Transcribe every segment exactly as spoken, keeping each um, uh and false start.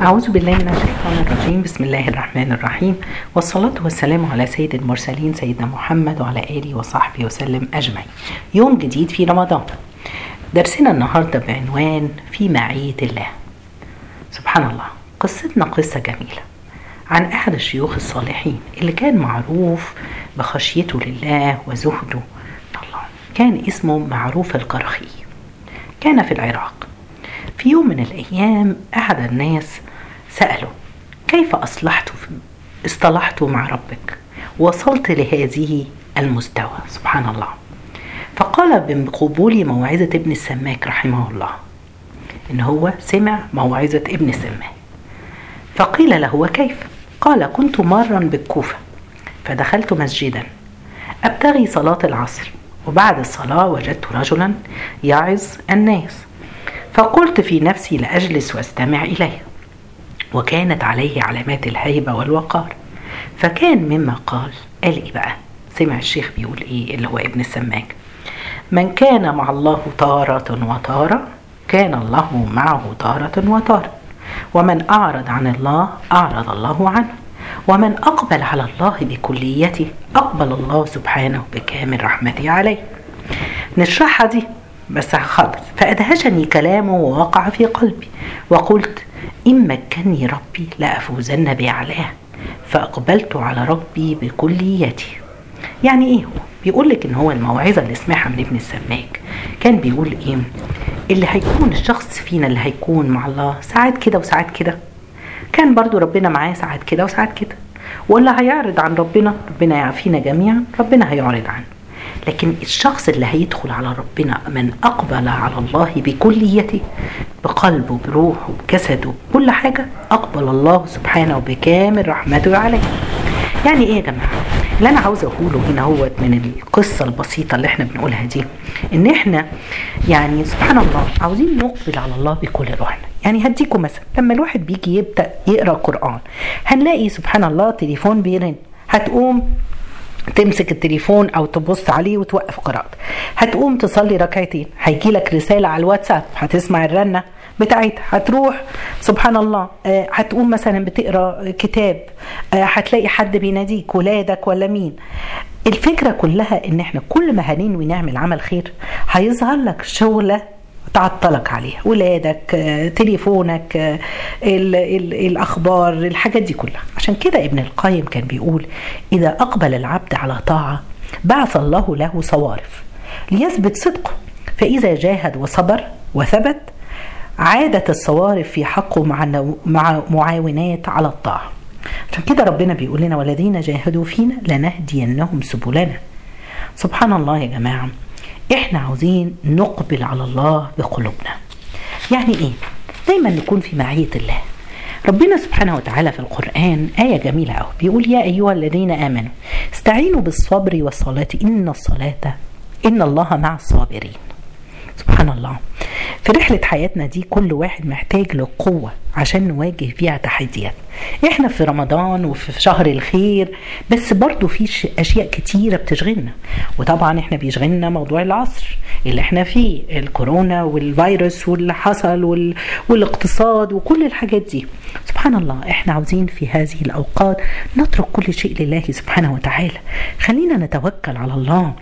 أعوذ بالله من الشيطان الرجيم. بسم الله الرحمن الرحيم، والصلاة والسلام على سيد المرسلين سيدنا محمد وعلى آله وصحبه وسلم أجمعين. يوم جديد في رمضان. درسنا النهاردة بعنوان في معية الله. سبحان الله، قصتنا قصة جميلة عن أحد الشيوخ الصالحين اللي كان معروف بخشيته لله وزهده الله. كان اسمه معروف القرخي، كان في العراق. في يوم من الأيام أحد الناس سأله: كيف أصلحت اصطلحت مع ربك وصلت لهذه المستوى؟ سبحان الله. فقال بقبول موعظة ابن السماك رحمه الله، إن هو سمع موعظة ابن السماك. فقيل له: وكيف؟ قال: كنت مارا بالكوفة فدخلت مسجدا أبتغي صلاة العصر، وبعد الصلاة وجدت رجلا يعظ الناس، فقلت في نفسي لأجلس واستمع إليه، وكانت عليه علامات الهيبة والوقار. فكان مما قال قال إيه بقى؟ سمع الشيخ بيقول إيه اللي هو ابن السماك: من كان مع الله تارة وتارة كان الله معه تارة وتارة، ومن أعرض عن الله أعرض الله عنه، ومن أقبل على الله بكليته أقبل الله سبحانه بكامل رحمته عليه. نشرحها دي بس خالص. فأدهشني كلامه ووقع في قلبي، وقلت: إن مكنني ربي لأفوزن بأعلاه، فأقبلت على ربي بكليتي. يعني إيه؟ هو بيقول لك إن هو الموعظة اللي سمعها من ابن السماك كان بيقول إيه؟ اللي هيكون الشخص فينا اللي هيكون مع الله ساعات كده وساعات كده، كان برضو ربنا معاه ساعات كده وساعات كده. ولا هيعرض عن ربنا، ربنا يعافينا جميعا، ربنا هيعرض عنه. لكن الشخص اللي هيدخل على ربنا من أقبل على الله بكليته، بقلبه بروحه بجسده كل حاجة، أقبل الله سبحانه بكامل رحمته عليه. يعني إيه يا جماعة؟ اللي أنا عاوز أقوله هنا هو من القصة البسيطة اللي احنا بنقولها دي، إن احنا يعني سبحان الله عاوزين نقبل على الله بكل روحنا. يعني هديكم مثلا، لما الواحد بيجي يبدأ يقرأ قرآن هنلاقي سبحان الله تليفون بيرن، هتقوم تمسك التليفون او تبص عليه وتوقف قراءتك. هتقوم تصلي ركعتين، هيجي لك رساله على الواتساب، هتسمع الرنه بتاعتها، هتروح سبحان الله آه هتقوم مثلا بتقرا كتاب، آه هتلاقي حد بيناديك، ولادك ولا مين. الفكره كلها ان احنا كل ما هننوي نعمل عمل خير هيظهر لك شغله تعطلك عليها، ولادك، آه، تليفونك، آه، ال ال الأخبار، الحاجات دي كلها. عشان كده ابن القيم كان بيقول: إذا أقبل العبد على طاعة بعث الله له صوارف ليثبت صدقه، فإذا جاهد وصبر وثبت عادت الصوارف في حقه مع, مع معاونات على الطاعة. عشان كده ربنا بيقول لنا: والذين جاهدوا فينا لنهدينهم سبلنا. سبحان الله يا جماعة، احنا عاوزين نقبل على الله بقلوبنا. يعني ايه؟ دايما نكون في معية الله. ربنا سبحانه وتعالى في القرآن آية جميلة أوي بيقول: يا أيها الذين آمنوا استعينوا بالصبر والصلاة إن الصلاة إن الله مع الصابرين. سبحان الله. في رحلة حياتنا دي كل واحد محتاج لقوة عشان نواجه فيها تحديات. احنا في رمضان وفي شهر الخير، بس برضو في اشياء كتيرة بتشغلنا. وطبعا احنا بيشغلنا موضوع العصر اللي احنا فيه، الكورونا والفيروس واللي حصل وال... والاقتصاد وكل الحاجات دي. سبحان الله، احنا عاوزين في هذه الاوقات نترك كل شيء لله سبحانه وتعالى. خلينا نتوكل على الله.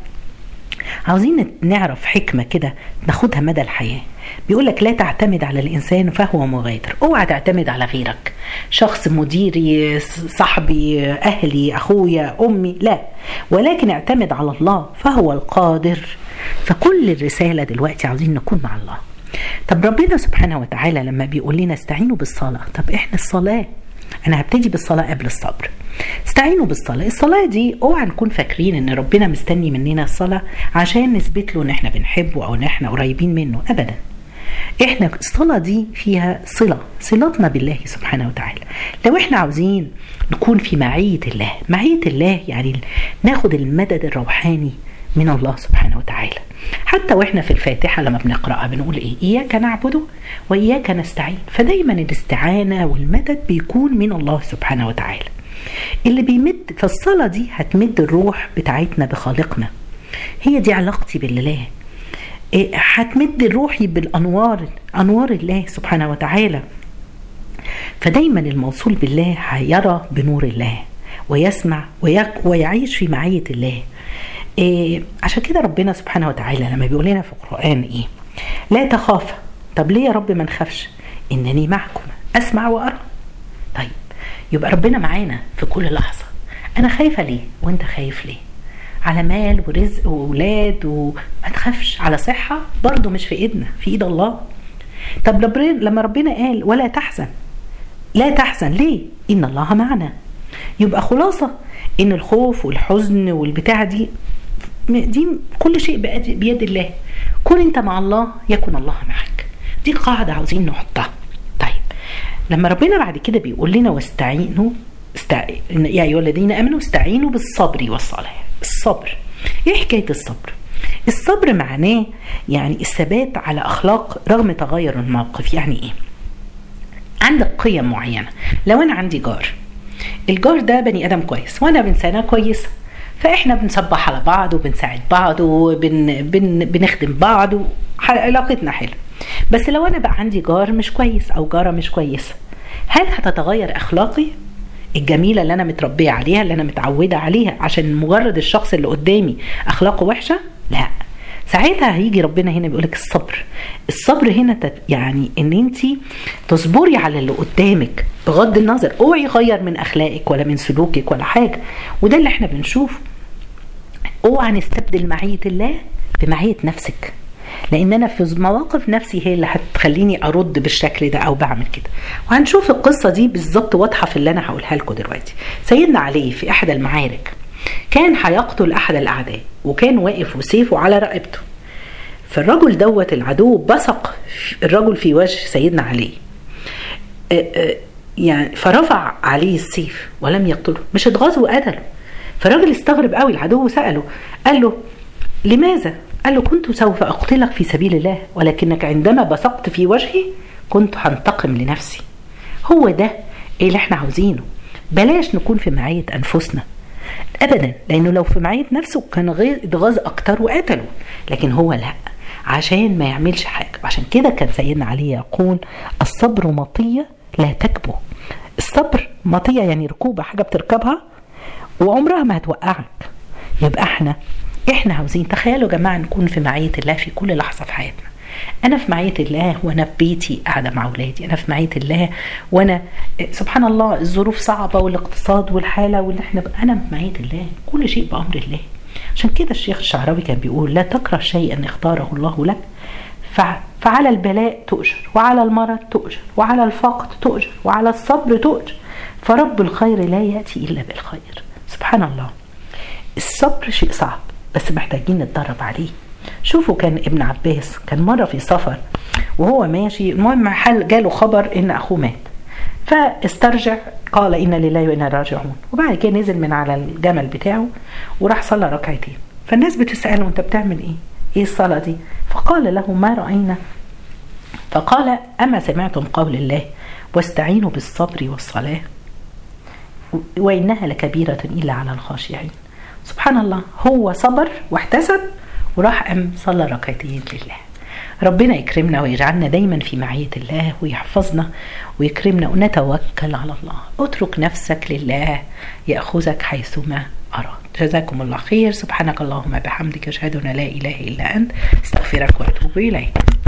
عاوزين نعرف حكمة كده ناخدها مدى الحياة. بيقولك: لا تعتمد على الإنسان فهو مغادر. اوعى تعتمد على غيرك، شخص، مديري، صاحبي، أهلي، أخويا، أمي، لا، ولكن اعتمد على الله فهو القادر. فكل الرسالة دلوقتي عاوزين نكون مع الله. طب ربنا سبحانه وتعالى لما بيقول لنا استعينوا بالصلاة، طب احنا الصلاة أنا هبتدي بالصلاة قبل الصبر. استعينوا بالصلاة. الصلاة دي اوعى نكون فاكرين ان ربنا مستني مننا الصلاة عشان نثبت له ان احنا بنحبه او ان احنا قريبين منه، ابدا. احنا الصلاة دي فيها صلة، صلتنا بالله سبحانه وتعالى. لو احنا عاوزين نكون في معية الله، معية الله يعني ناخد المدد الروحاني من الله سبحانه وتعالى. حتى واحنا في الفاتحة لما بنقرأها بنقول ايه؟ إياك نعبد وإياك نستعين. فدايما الاستعانة والمدد بيكون من الله سبحانه وتعالى. اللي بيمد في الصلاة دي هتمد الروح بتاعتنا بخالقنا. هي دي علاقتي بالله. هتمد روحي بالأنوار، أنوار الله سبحانه وتعالى. فدايما الموصول بالله هيرى بنور الله ويسمع ويعيش في معية الله. إيه عشان كده ربنا سبحانه وتعالى لما بيقول لنا في القرآن ايه؟ لا تخاف. طب ليه يا رب ما نخافش؟ انني معكم اسمع وارى. طيب يبقى ربنا معانا في كل لحظة. انا خايفة ليه وانت خايف ليه؟ على مال ورزق وولاد وما تخافش. على صحة برضو مش في ايدنا، في ايد الله. طب لما ربنا قال ولا تحزن، لا تحزن ليه؟ ان الله معنا. يبقى خلاصة ان الخوف والحزن والبتاع دي دي كل شيء بيد الله. كن انت مع الله يكن الله معك. دي قاعدة عاوزين نحطها. طيب لما ربنا بعد كده بيقول لنا واستعينوا استع... يا ايها الذين امنوا استعينوا بالصبر والصلاة. الصبر ايه حكاية الصبر؟ الصبر معناه يعني الثبات على اخلاق رغم تغير الموقف. يعني ايه؟ عندك قيم معينة. لو انا عندي جار، الجار ده بني ادم كويس وانا انسانه كويسه، فاحنا بنصبح على بعض وبنساعد بعض وبنخدم وبن... بعض وعلاقتنا حلوه. بس لو انا بقى عندي جار مش كويس او جاره مش كويسه، هل هتتغير اخلاقي الجميله اللي انا متربيه عليها اللي انا متعوده عليها عشان مجرد الشخص اللي قدامي اخلاقه وحشه؟ لا. ساعتها هيجي ربنا هنا بيقولك الصبر. الصبر هنا يعني ان انتي تصبري على اللي قدامك بغض النظر، اوعي يغير من اخلاقك ولا من سلوكك ولا حاجه. وده اللي احنا بنشوفه. اوعى نستبدل معيه الله بمعيه نفسك، لان انا في مواقف نفسي هي اللي هتخليني ارد بالشكل ده او بعمل كده. وهنشوف القصه دي بالظبط واضحه في اللي انا هقولها لكم دلوقتي. سيدنا علي في احد المعارك كان هيقتل احد الاعداء وكان واقف وسيفه على رقبته. فالرجل دوت العدو بصق الرجل في وجه سيدنا علي، يعني فرفع عليه السيف ولم يقتله، مش اتغاظ وقتله. فالراجل استغرب قوي. العدو سأله قال له لماذا؟ قال له كنت سوف أقتلك في سبيل الله ولكنك عندما بصقت في وجهي كنت هنتقم لنفسي. هو ده اللي احنا عاوزينه. بلاش نكون في معية أنفسنا أبدا، لأنه لو في معية نفسه كان غير اتغاظ أكتر وقتله، لكن هو لا، عشان ما يعملش حاجة. وعشان كده كان سيدنا علي يقول الصبر مطية لا تكبه. الصبر مطية يعني ركوبة، حاجة بتركبها وعمرها ما هتوقعك. يبقى احنا احنا عاوزين تخيلوا يا جماعة نكون في معية الله في كل لحظة في حياتنا. انا في معية الله وانا في بيتي قاعدة مع اولادي، انا في معية الله وانا سبحان الله الظروف صعبة والاقتصاد والحالة واللي احنا انا في معية الله. كل شيء بأمر الله. عشان كده الشيخ الشعراوي كان بيقول لا تكره شيئا اختاره الله لك فعلى البلاء تؤجر وعلى المرض تؤجر وعلى الفقد تؤجر وعلى الصبر تؤجر، فرب الخير لا يأتي إلا بالخير. سبحان الله. الصبر شيء صعب بس محتاجين نتدرب عليه. شوفوا كان ابن عباس كان مرة في سفر وهو ماشي، المهم حل جاله خبر ان اخوه مات، فاسترجع قال إنا لله وإنا راجعون، وبعد كده نزل من على الجمل بتاعه وراح صلى ركعتين. فالناس بتسأله انت بتعمل ايه؟ ايه الصلاة دي؟ فقال له ما رأينا. فقال أما سمعتم قول الله واستعينوا بالصبر والصلاة وإنها لكبيرة إلا على الخاشعين. سبحان الله. هو صبر واحتسب وراح أم صلى ركعتين لله. ربنا يكرمنا ويجعلنا دايما في معية الله ويحفظنا ويكرمنا ونتوكل على الله. اترك نفسك لله يأخذك حيثما أراد. جزاكم الله خير. سبحانك اللهم بحمدك أشهد أن لا إله إلا أنت استغفرك وأتوب إليك.